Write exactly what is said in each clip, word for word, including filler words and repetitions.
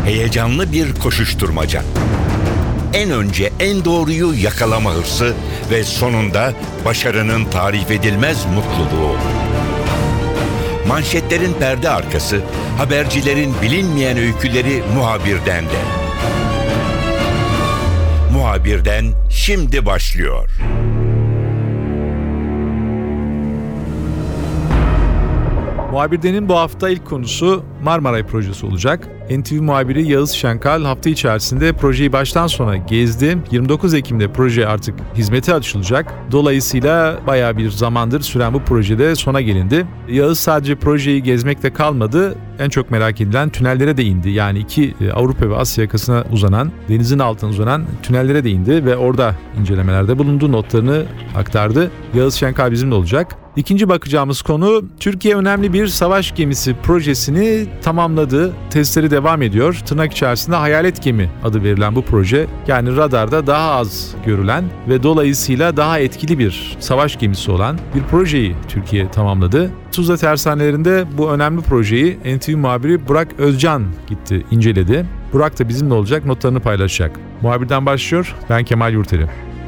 Heyecanlı bir koşuşturmaca. En önce en doğruyu yakalama hırsı ve sonunda başarının tarif edilmez mutluluğu. Manşetlerin perde arkası, habercilerin bilinmeyen öyküleri muhabirden de. Muhabirden şimdi başlıyor. Muhabirden'in bu hafta ilk konusu Marmaray projesi olacak. N T V muhabiri Yağız Şenkal hafta içerisinde projeyi baştan sona gezdi. yirmi dokuz Ekim'de proje artık hizmete açılacak. Dolayısıyla bayağı bir zamandır süren bu projede sona gelindi. Yağız sadece projeyi gezmekte kalmadı. En çok merak edilen tünellere de indi. Yani iki Avrupa ve Asya yakasına uzanan, denizin altına uzanan tünellere de indi ve orada incelemelerde bulundu, notlarını aktardı. Yağız Şenkal bizimle olacak. İkinci bakacağımız konu, Türkiye önemli bir savaş gemisi projesini tamamladı. Testleri devam ediyor. Tırnak içerisinde hayalet gemi adı verilen bu proje, yani radarda daha az görülen ve dolayısıyla daha etkili bir savaş gemisi olan bir projeyi Türkiye tamamladı. Tuzla tersanelerinde bu önemli projeyi N T V muhabiri Burak Özcan gitti, inceledi. Burak da bizimle olacak, notlarını paylaşacak. Muhabirden başlıyor, ben Kemal Yurteli.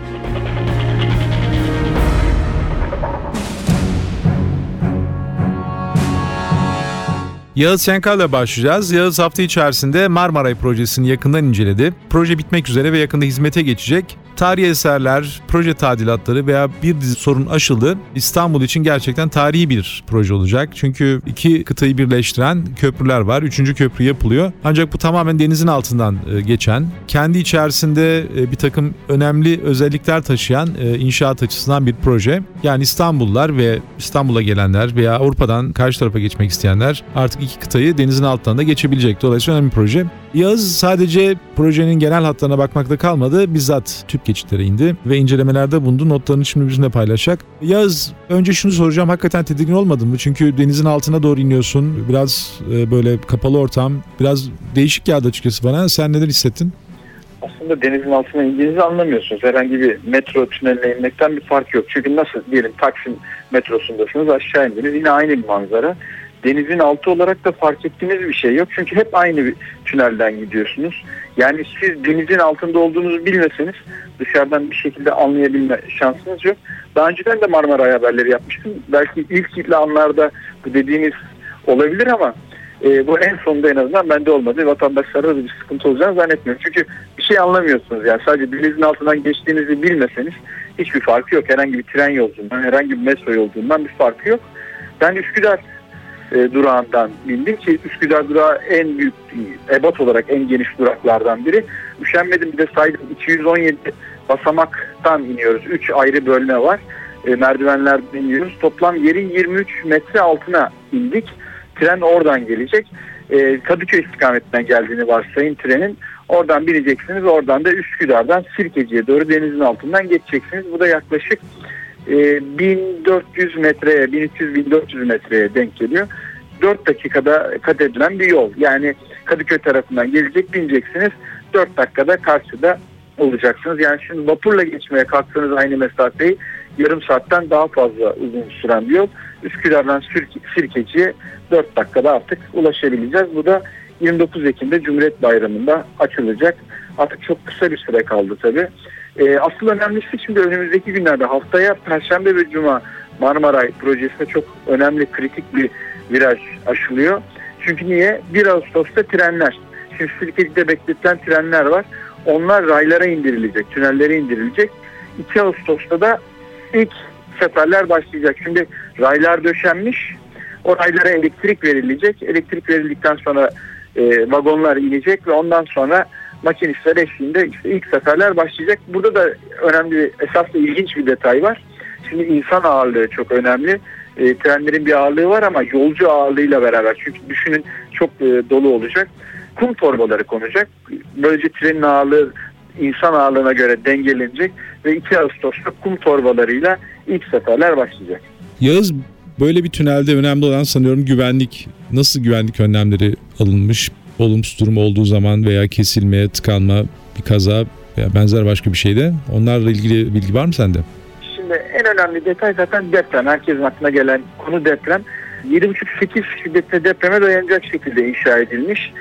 Yağız Şenkal'la başlayacağız. Yağız hafta içerisinde Marmaray projesini yakından inceledi. Proje bitmek üzere ve yakında hizmete geçecek. Tarihi eserler, proje tadilatları veya bir dizi sorun aşıldı. İstanbul için gerçekten tarihi bir proje olacak. Çünkü iki kıtayı birleştiren köprüler var. Üçüncü köprü yapılıyor. Ancak bu tamamen denizin altından geçen, kendi içerisinde bir takım önemli özellikler taşıyan inşaat açısından bir proje. Yani İstanbullular ve İstanbul'a gelenler veya Avrupa'dan karşı tarafa geçmek isteyenler artık iki kıtayı denizin altından da geçebilecek. Dolayısıyla önemli bir proje. Yağız sadece projenin genel hatlarına bakmakta kalmadı. Bizzat tüp geçitlere indi ve incelemelerde bulundu. Notlarını şimdi bizimle paylaşacak. Yağız, önce şunu soracağım. Hakikaten tedirgin olmadın mı? Çünkü denizin altına doğru iniyorsun. Biraz e, böyle kapalı ortam. Biraz değişik geldi açıkçası bana. Sen neler hissettin? Aslında denizin altına indiğinizi anlamıyorsunuz. Herhangi bir metro tüneline inmekten bir fark yok. Çünkü nasıl diyelim Taksim metrosundasınız, aşağı indiniz. Yine aynı bir manzara. Denizin altı olarak da fark ettiğiniz bir şey yok. Çünkü hep aynı bir tünelden gidiyorsunuz. Yani siz denizin altında olduğunuzu bilmeseniz dışarıdan bir şekilde anlayabilme şansınız yok. Daha önceden de Marmaray haberleri yapmıştım. Belki ilk anlarda bu dediğiniz olabilir ama e, bu en sonunda en azından bende olmadı. Vatandaşlara da bir sıkıntı olacağını zannetmiyorum. Çünkü bir şey anlamıyorsunuz. Yani sadece denizin altından geçtiğinizi bilmeseniz hiçbir farkı yok. Herhangi bir tren yolculuğundan, herhangi bir metro yolculuğundan bir farkı yok. Ben Üsküdar E, durağından bindim ki Üsküdar durağı en büyük, ebat olarak en geniş duraklardan biri. Üşenmedim, bir de saydım, iki yüz on yedi basamaktan iniyoruz. üç ayrı bölme var. E, merdivenlerden iniyoruz. Toplam yerin yirmi üç metre altına indik. Tren oradan gelecek. E, Kadıköy istikametinden geldiğini varsayın trenin. Oradan bineceksiniz. Oradan da Üsküdar'dan Sirkeci'ye doğru denizin altından geçeceksiniz. Bu da yaklaşık bin dört yüz metreye, bin üç yüz bin dört yüz metreye denk geliyor. dört dakikada kat edilen bir yol. Yani Kadıköy tarafından gelecek, bineceksiniz. dört dakikada karşıda olacaksınız. Yani şimdi vapurla geçmeye kalksanız aynı mesafeyi yarım saatten daha fazla uzun süren bir yol. Üsküdar'dan Sirkeci'ye dört dakikada artık ulaşabileceğiz. Bu da yirmi dokuz Ekim'de Cumhuriyet Bayramı'nda açılacak. Artık çok kısa bir süre kaldı tabii. Ee, asıl önemlisi şimdi önümüzdeki günlerde, haftaya Perşembe ve Cuma Marmaray projesinde çok önemli, kritik bir viraj aşılıyor. Çünkü niye? bir Ağustos'ta trenler. Şimdi Sirkeci'de bekletilen trenler var. Onlar raylara indirilecek, tünellere indirilecek. iki Ağustos'ta da ilk seferler başlayacak. Şimdi raylar döşenmiş. O raylara elektrik verilecek. Elektrik verildikten sonra e, vagonlar inecek ve ondan sonra makinistler eşliğinde işte ilk seferler başlayacak. Burada da önemli, esas da ilginç bir detay var. Şimdi insan ağırlığı çok önemli. E, trenlerin bir ağırlığı var ama yolcu ağırlığıyla beraber. Çünkü düşünün çok e, dolu olacak. Kum torbaları konacak. Böylece trenin ağırlığı insan ağırlığına göre dengelenecek ve iki Ağustos'ta kum torbalarıyla ilk seferler başlayacak. Yağız, böyle bir tünelde önemli olan sanıyorum güvenlik. Nasıl güvenlik önlemleri alınmış? Olumsuz durum olduğu zaman veya kesilme, tıkanma, bir kaza veya benzer başka bir şeyde. Onlarla ilgili bilgi var mı sende? Şimdi en önemli detay zaten deprem. Herkesin aklına gelen konu deprem. yedi buçuk sekiz şiddetli depreme dayanacak şekilde inşa edilmiş.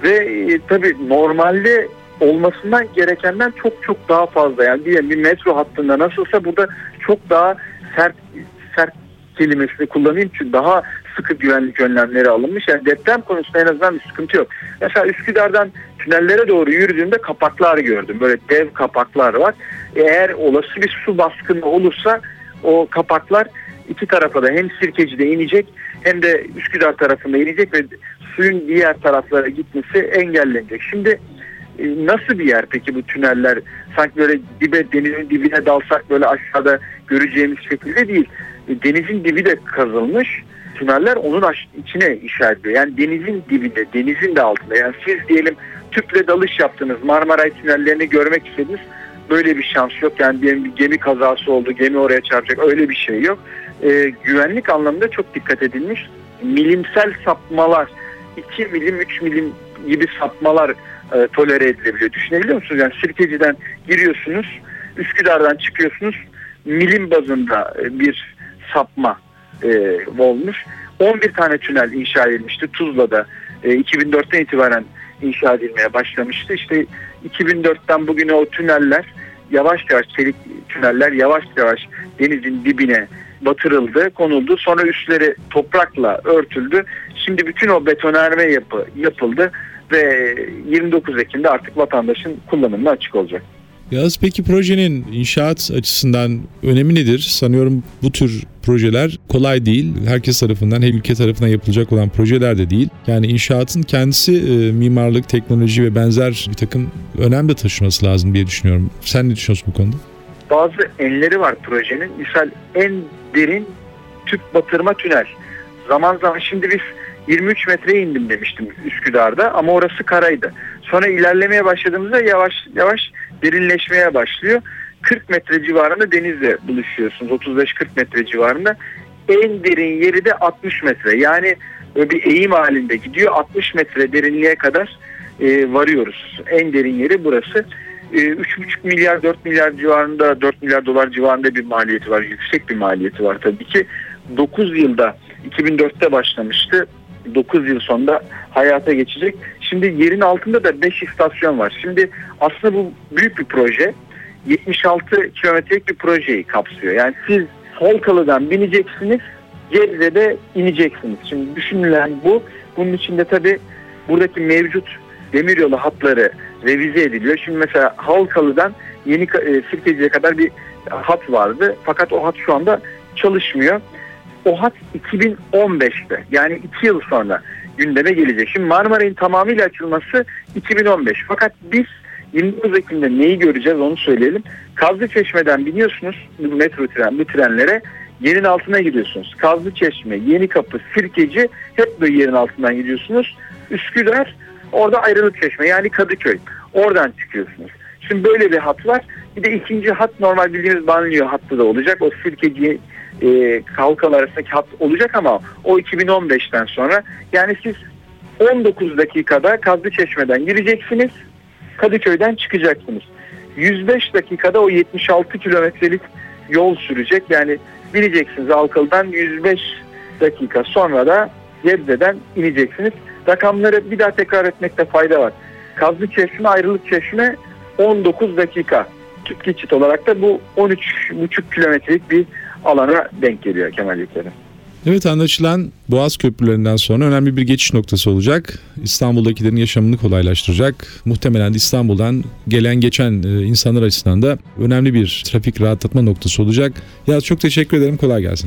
Ve e, tabii normalde olmasından gerekenden çok çok daha fazla. Yani diyelim bir metro hattında nasılsa burada çok daha sert sert kelimesini kullanayım çünkü daha sıkı güvenlik önlemleri alınmış. Yani deprem konusunda en azından bir sıkıntı yok. Mesela Üsküdar'dan tünellere doğru yürüdüğümde kapaklar gördüm. Böyle dev kapaklar var. Eğer olası bir su baskını olursa o kapaklar iki tarafa da hem Sirkeci'de inecek hem de Üsküdar tarafında inecek ve suyun diğer taraflara gitmesi engellenecek. Şimdi nasıl bir yer peki bu tüneller? Sanki böyle dibe, denizin dibine dalsak böyle aşağıda göreceğimiz şekilde değil. Denizin dibi de kazılmış. Tüneller onun içine işaretliyor. Yani denizin dibinde, denizin de altında. Yani siz diyelim tüple dalış yaptınız, Marmaray tünellerini görmek istediniz. Böyle bir şans yok. Yani diyelim bir gemi kazası oldu, gemi oraya çarpacak. Öyle bir şey yok. Ee, güvenlik anlamında çok dikkat edilmiş. Milimsel sapmalar, iki milim, üç milim gibi sapmalar e, tolere edilebiliyor. Düşünebiliyor musunuz? Yani Sirkeci'den giriyorsunuz, Üsküdar'dan çıkıyorsunuz. Milim bazında e, bir sapma e, olmuş. on bir tane tünel inşa edilmişti. Tuzla'da e, iki bin dörtten itibaren inşa edilmeye başlamıştı. İşte iki bin dörtten bugüne o tüneller yavaş yavaş, çelik tüneller yavaş yavaş denizin dibine batırıldı, konuldu. Sonra üstleri toprakla örtüldü. Şimdi bütün o betonarme yapı yapıldı ve yirmi dokuz Ekim'de artık vatandaşın kullanımına açık olacak. Yalnız peki projenin inşaat açısından önemi nedir? Sanıyorum bu tür projeler kolay değil. Herkes tarafından, her ülke tarafından yapılacak olan projeler de değil. Yani inşaatın kendisi e, mimarlık, teknoloji ve benzer bir takım önem de taşıması lazım diye düşünüyorum. Sen ne düşünüyorsun bu konuda? Bazı enleri var projenin. Misal en derin tüp batırma tünel. Zaman zaman şimdi biz yirmi üç metreye indim demiştim Üsküdar'da ama orası karaydı. Sonra ilerlemeye başladığımızda yavaş yavaş derinleşmeye başlıyor. kırk metre civarında denizle buluşuyorsunuz. otuz beş kırk metre civarında. En derin yeri de altmış metre. Yani böyle bir eğim halinde gidiyor. altmış metre derinliğe kadar e, varıyoruz. En derin yeri burası. E, üç buçuk milyar dört milyar civarında, dört milyar dolar civarında bir maliyeti var. Yüksek bir maliyeti var tabii ki. dokuz yılda, iki bin dörtte başlamıştı. dokuz yıl sonunda hayata geçecek. Şimdi yerin altında da beş istasyon var. Şimdi aslında bu büyük bir proje. yetmiş altı kilometrelik bir projeyi kapsıyor. Yani siz Halkalı'dan bineceksiniz, Gebze'de ineceksiniz. Şimdi düşünülen bu. Bunun içinde tabii buradaki mevcut demiryolu hatları revize ediliyor. Şimdi mesela Halkalı'dan Yeni e, Sirkeci'ye kadar bir hat vardı. Fakat o hat şu anda çalışmıyor. O hat iki bin on beşte yani iki yıl sonra gündeme gelecek. Şimdi Marmaray'ın tamamıyla açılması iki bin on beş. Fakat biz yirmi dokuz Ekim'de neyi göreceğiz onu söyleyelim. Kazlıçeşme'den biniyorsunuz metro tren, bu trenlere yerin altına gidiyorsunuz. Kazlıçeşme, Yenikapı, Sirkeci hep böyle yerin altından gidiyorsunuz. Üsküdar, orada Ayrılıkçeşme yani Kadıköy. Oradan çıkıyorsunuz. Şimdi böyle bir hat var. Bir de ikinci hat normal bildiğimiz banliyö hattı da olacak. O Sirkeci e, Halkalı arasındaki hat olacak ama o iki bin on beşten sonra yani siz on dokuz dakikada Kazlıçeşme'den gireceksiniz. Kadıköy'den çıkacaksınız. yüz beş dakikada o yetmiş altı kilometrelik yol sürecek. Yani bileceksiniz Halkalı'dan yüz beş dakika sonra da Gebze'den ineceksiniz. Rakamları bir daha tekrar etmekte fayda var. Kazlıçeşme, Ayrılıkçeşme on dokuz dakika. Tüp geçit olarak da bu on üç buçuk kilometrelik bir alana denk geliyor Kemal Yüker'e. Evet, anlaşılan Boğaz köprülerinden sonra önemli bir geçiş noktası olacak. İstanbul'dakilerin yaşamını kolaylaştıracak. Muhtemelen İstanbul'dan gelen geçen insanlar açısından da önemli bir trafik rahatlatma noktası olacak. Ya çok teşekkür ederim. Kolay gelsin.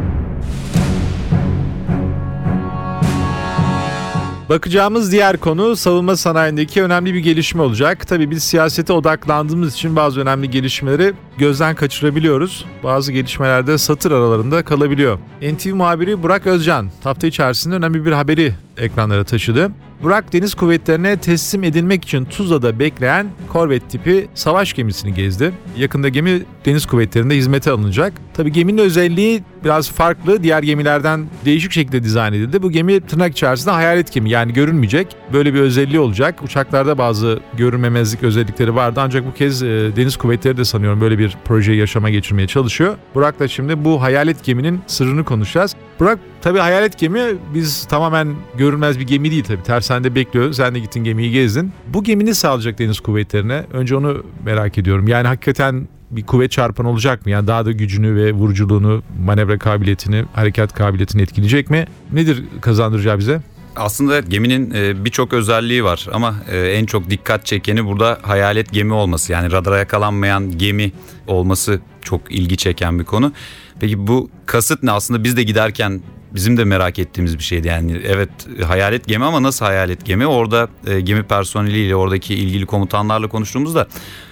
Bakacağımız diğer konu savunma sanayindeki önemli bir gelişme olacak. Tabii biz siyasete odaklandığımız için bazı önemli gelişmeleri gözden kaçırabiliyoruz. Bazı gelişmelerde satır aralarında kalabiliyor. N T V muhabiri Burak Özcan hafta içerisinde önemli bir haberi ekranlara taşıdı. Burak, Deniz Kuvvetlerine teslim edilmek için Tuzla'da bekleyen korvet tipi savaş gemisini gezdi. Yakında gemi Deniz Kuvvetleri'nde hizmete alınacak. Tabii geminin özelliği biraz farklı. Diğer gemilerden değişik şekilde dizayn edildi. Bu gemi tırnak içerisinde hayalet gemi, yani görünmeyecek. Böyle bir özelliği olacak. Uçaklarda bazı görünmemezlik özellikleri vardı. Ancak bu kez e, Deniz Kuvvetleri de sanıyorum böyle bir projeyi yaşama geçirmeye çalışıyor. Burak'la şimdi bu hayalet geminin sırrını konuşacağız. Burak, tabii hayalet gemi biz tamamen görünmez bir gemi değil tabii. Tersanede bekliyor. Sen de gittin, gemiyi gezdin. Bu gemi ne sağlayacak deniz kuvvetlerine? Önce onu merak ediyorum. Yani hakikaten bir kuvvet çarpanı olacak mı? Yani daha da gücünü ve vuruculuğunu, manevra kabiliyetini, harekat kabiliyetini etkileyecek mi? Nedir kazandıracağı bize? Aslında geminin birçok özelliği var ama en çok dikkat çekeni burada hayalet gemi olması. Yani radara yakalanmayan gemi olması çok ilgi çeken bir konu. Peki bu kasıt ne? Aslında biz de giderken bizim de merak ettiğimiz bir şeydi. Yani evet, hayalet gemi ama nasıl hayalet gemi? Orada gemi personeliyle, oradaki ilgili komutanlarla konuştuğumuzda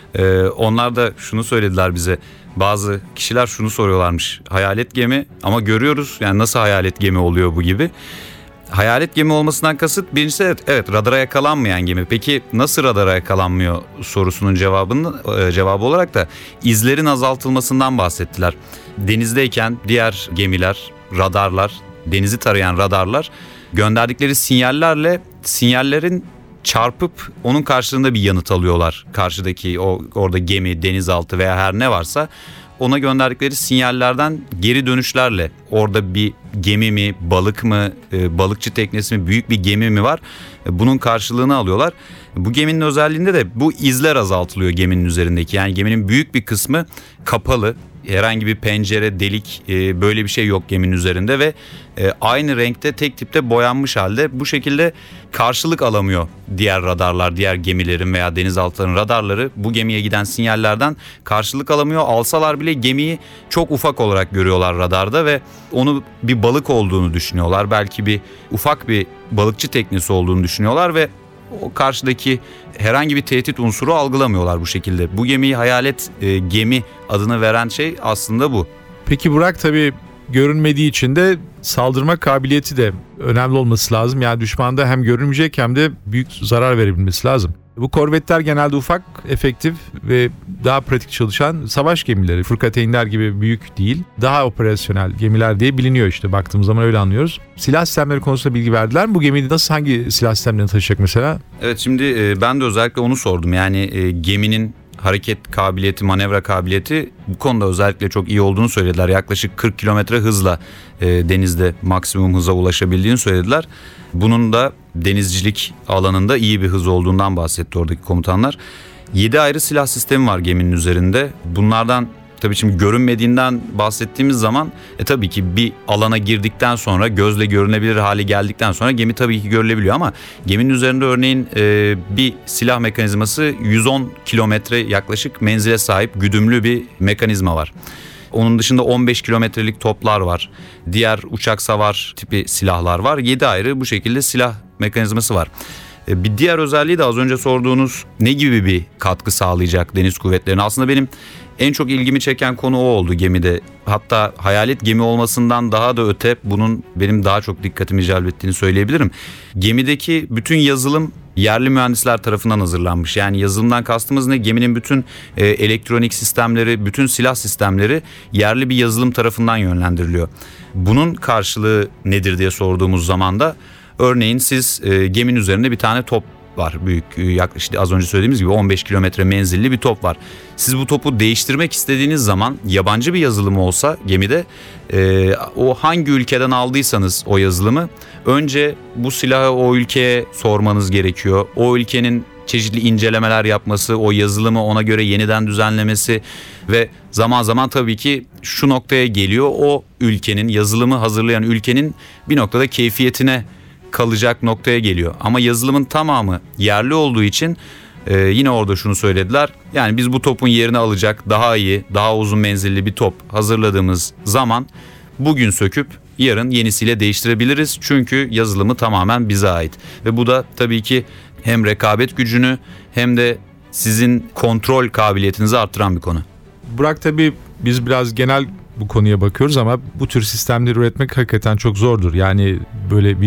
onlar da şunu söylediler bize. Bazı kişiler şunu soruyorlarmış. Hayalet gemi ama görüyoruz, yani nasıl hayalet gemi oluyor bu gibi. Hayalet gemi olmasından kasıt birincisi evet, evet radara yakalanmayan gemi. Peki nasıl radara yakalanmıyor sorusunun cevabını e, cevabı olarak da izlerin azaltılmasından bahsettiler. Denizdeyken diğer gemiler, radarlar, denizi tarayan radarlar gönderdikleri sinyallerle sinyallerin çarpıp onun karşılığında bir yanıt alıyorlar. Karşıdaki o orada gemi, denizaltı veya her ne varsa ona gönderdikleri sinyallerden geri dönüşlerle orada bir gemi mi, balık mı, e, balıkçı teknesi mi, büyük bir gemi mi var? E, bunun karşılığını alıyorlar. Bu geminin özelliğinde de bu izler azaltılıyor geminin üzerindeki. Yani geminin büyük bir kısmı kapalı. Herhangi bir pencere, delik e, böyle bir şey yok geminin üzerinde ve e, aynı renkte, tek tipte boyanmış halde. Bu şekilde karşılık alamıyor diğer radarlar, diğer gemilerin veya denizaltıların radarları bu gemiye giden sinyallerden karşılık alamıyor. Alsalar bile gemiyi çok ufak olarak görüyorlar radarda ve onu bir balık olduğunu düşünüyorlar. Belki bir ufak bir balıkçı teknesi olduğunu düşünüyorlar ve o karşıdaki herhangi bir tehdit unsuru algılamıyorlar bu şekilde. Bu gemiyi hayalet e, gemi adını veren şey aslında bu. Peki Burak, tabii görünmediği için de saldırma kabiliyeti de önemli olması lazım. Yani düşmanda hem görünmeyecek hem de büyük zarar verebilmesi lazım. Bu korvetler genelde ufak, efektif ve daha pratik çalışan savaş gemileri. Fırkateynler gibi büyük değil, daha operasyonel gemiler diye biliniyor işte. Baktığımız zaman öyle anlıyoruz. Silah sistemleri konusunda bilgi verdiler mi? Bu gemiyi nasıl, hangi silah sistemlerini taşıyacak mesela? Evet, şimdi ben de özellikle onu sordum. Yani geminin hareket kabiliyeti, manevra kabiliyeti bu konuda özellikle çok iyi olduğunu söylediler. Yaklaşık kırk kilometre hızla denizde maksimum hıza ulaşabildiğini söylediler. Bunun da denizcilik alanında iyi bir hız olduğundan bahsetti oradaki komutanlar. yedi ayrı silah sistemi var geminin üzerinde. Bunlardan tabii şimdi görünmediğinden bahsettiğimiz zaman e tabii ki bir alana girdikten sonra, gözle görünebilir hale geldikten sonra gemi tabii ki görülebiliyor ama geminin üzerinde örneğin e, bir silah mekanizması yüz on kilometre yaklaşık menzile sahip güdümlü bir mekanizma var. Onun dışında on beş kilometrelik toplar var. Diğer uçak savar tipi silahlar var. yedi ayrı bu şekilde silah mekanizması var. Bir diğer özelliği de az önce sorduğunuz ne gibi bir katkı sağlayacak deniz kuvvetlerine? Aslında benim en çok ilgimi çeken konu o oldu gemide. Hatta hayalet gemi olmasından daha da öte bunun benim daha çok dikkatimi celbettiğini söyleyebilirim. Gemideki bütün yazılım yerli mühendisler tarafından hazırlanmış. Yani yazılımdan kastımız ne? Geminin bütün e, elektronik sistemleri, bütün silah sistemleri yerli bir yazılım tarafından yönlendiriliyor. Bunun karşılığı nedir diye sorduğumuz zaman da örneğin siz e, geminin üzerinde bir tane top var. Büyük, yaklaşık az önce söylediğimiz gibi on beş kilometre menzilli bir top var. Siz bu topu değiştirmek istediğiniz zaman yabancı bir yazılım olsa gemide e, o hangi ülkeden aldıysanız o yazılımı önce bu silahı o ülkeye sormanız gerekiyor. O ülkenin çeşitli incelemeler yapması, o yazılımı ona göre yeniden düzenlemesi ve zaman zaman tabii ki şu noktaya geliyor, o ülkenin, yazılımı hazırlayan ülkenin bir noktada keyfiyetine kalacak noktaya geliyor. Ama yazılımın tamamı yerli olduğu için e, yine orada şunu söylediler. Yani biz bu topun yerini alacak daha iyi, daha uzun menzilli bir top hazırladığımız zaman bugün söküp yarın yenisiyle değiştirebiliriz. Çünkü yazılımı tamamen bize ait. Ve bu da tabii ki hem rekabet gücünü hem de sizin kontrol kabiliyetinizi arttıran bir konu. Burak, tabii biz biraz genel bu konuya bakıyoruz ama bu tür sistemleri üretmek hakikaten çok zordur. Yani böyle bir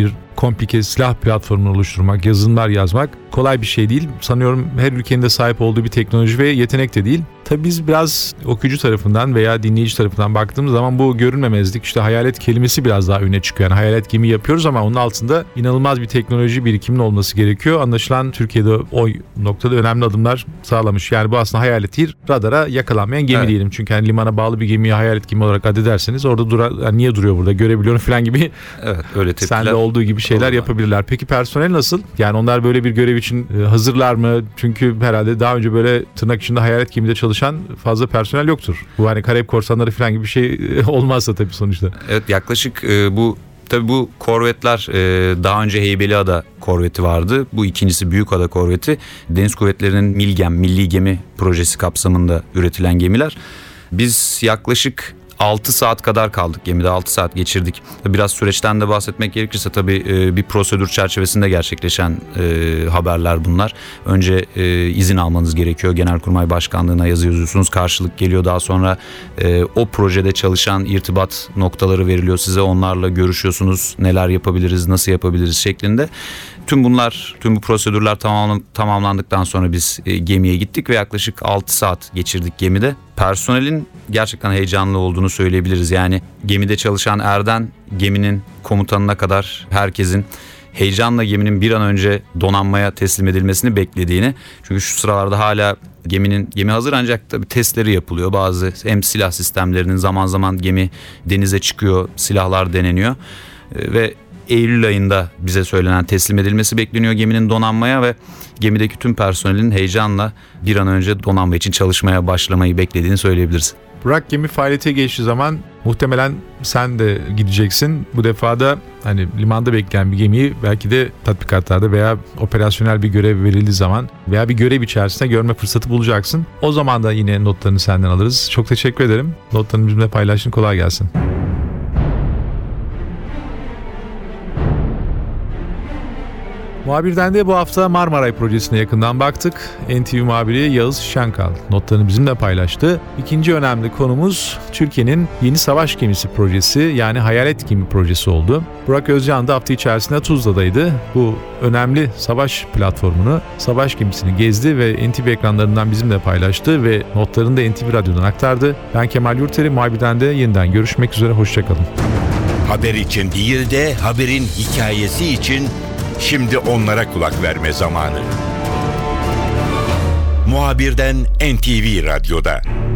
komplike silah platformunu oluşturmak, yazılımlar yazmak kolay bir şey değil. Sanıyorum her ülkenin de sahip olduğu bir teknoloji ve yetenek de değil. Tabii biz biraz okuyucu tarafından veya dinleyici tarafından baktığımız zaman bu görünmemezlik, işte hayalet kelimesi biraz daha öne çıkıyor. Yani hayalet gemi yapıyoruz ama onun altında inanılmaz bir teknoloji birikiminin olması gerekiyor. Anlaşılan Türkiye'de o noktada önemli adımlar sağlamış. Yani bu aslında hayalet değil, radara yakalanmayan gemi evet. diyelim. Çünkü hani limana bağlı bir gemiyi hayalet gemi olarak addederseniz orada durar, yani niye duruyor burada, görebiliyorum falan gibi. Evet, öyle tepkiler. Sende olduğu gibi şeyler olur yapabilirler. Peki personel nasıl? Yani onlar böyle bir görev için hazırlar mı? Çünkü herhalde daha önce böyle tırnak içinde hayalet gemide çalışan fazla personel yoktur. Bu hani Karayip Korsanları falan gibi bir şey olmazsa tabii sonuçta. Evet, yaklaşık e, bu tabii bu korvetler e, daha önce Heybeliada korveti vardı. Bu ikincisi Büyükada korveti. Deniz Kuvvetleri'nin Milgem, Milli Gemi projesi kapsamında üretilen gemiler. Biz yaklaşık altı saat kadar kaldık gemide, altı saat geçirdik. Biraz süreçten de bahsetmek gerekirse tabii e, bir prosedür çerçevesinde gerçekleşen e, haberler bunlar. Önce e, izin almanız gerekiyor. Genelkurmay Başkanlığı'na yazı yazıyorsunuz. Karşılık geliyor. Daha sonra e, o projede çalışan irtibat noktaları veriliyor size. Onlarla görüşüyorsunuz. Neler yapabiliriz, nasıl yapabiliriz şeklinde. Tüm bunlar, tüm bu prosedürler tamam, tamamlandıktan sonra biz e, gemiye gittik ve yaklaşık altı saat geçirdik gemide. Personelin gerçekten heyecanlı olduğunu söyleyebiliriz. Yani gemide çalışan erden geminin komutanına kadar herkesin heyecanla geminin bir an önce donanmaya teslim edilmesini beklediğini. Çünkü şu sıralarda hala geminin gemi hazır ancak tabii testleri yapılıyor. Bazı hem silah sistemlerinin zaman zaman gemi denize çıkıyor, silahlar deneniyor e, ve Eylül ayında bize söylenen teslim edilmesi bekleniyor geminin donanmaya ve gemideki tüm personelin heyecanla bir an önce donanma için çalışmaya başlamayı beklediğini söyleyebiliriz. Burak, gemi faaliyete geçtiği zaman muhtemelen sen de gideceksin. Bu defa da hani limanda bekleyen bir gemiyi belki de tatbikatlarda veya operasyonel bir görev verildiği zaman veya bir görev içerisinde görme fırsatı bulacaksın. O zaman da yine notlarını senden alırız. Çok teşekkür ederim. Notlarını bizimle paylaştın. Kolay gelsin. Muhabirden de bu hafta Marmaray projesine yakından baktık. N T V muhabiri Yağız Şankal notlarını bizimle paylaştı. İkinci önemli konumuz Türkiye'nin yeni savaş gemisi projesi, yani hayalet gemi projesi oldu. Burak Özcan da hafta içerisinde Tuzla'daydı. Bu önemli savaş platformunu, savaş gemisini gezdi ve N T V ekranlarından bizimle paylaştı ve notlarını da N T V Radyo'dan aktardı. Ben Kemal Yurteri, muhabirden de yeniden görüşmek üzere, hoşçakalın. Haber için değil de haberin hikayesi için şimdi onlara kulak verme zamanı. Muhabirden N T V Radyo'da.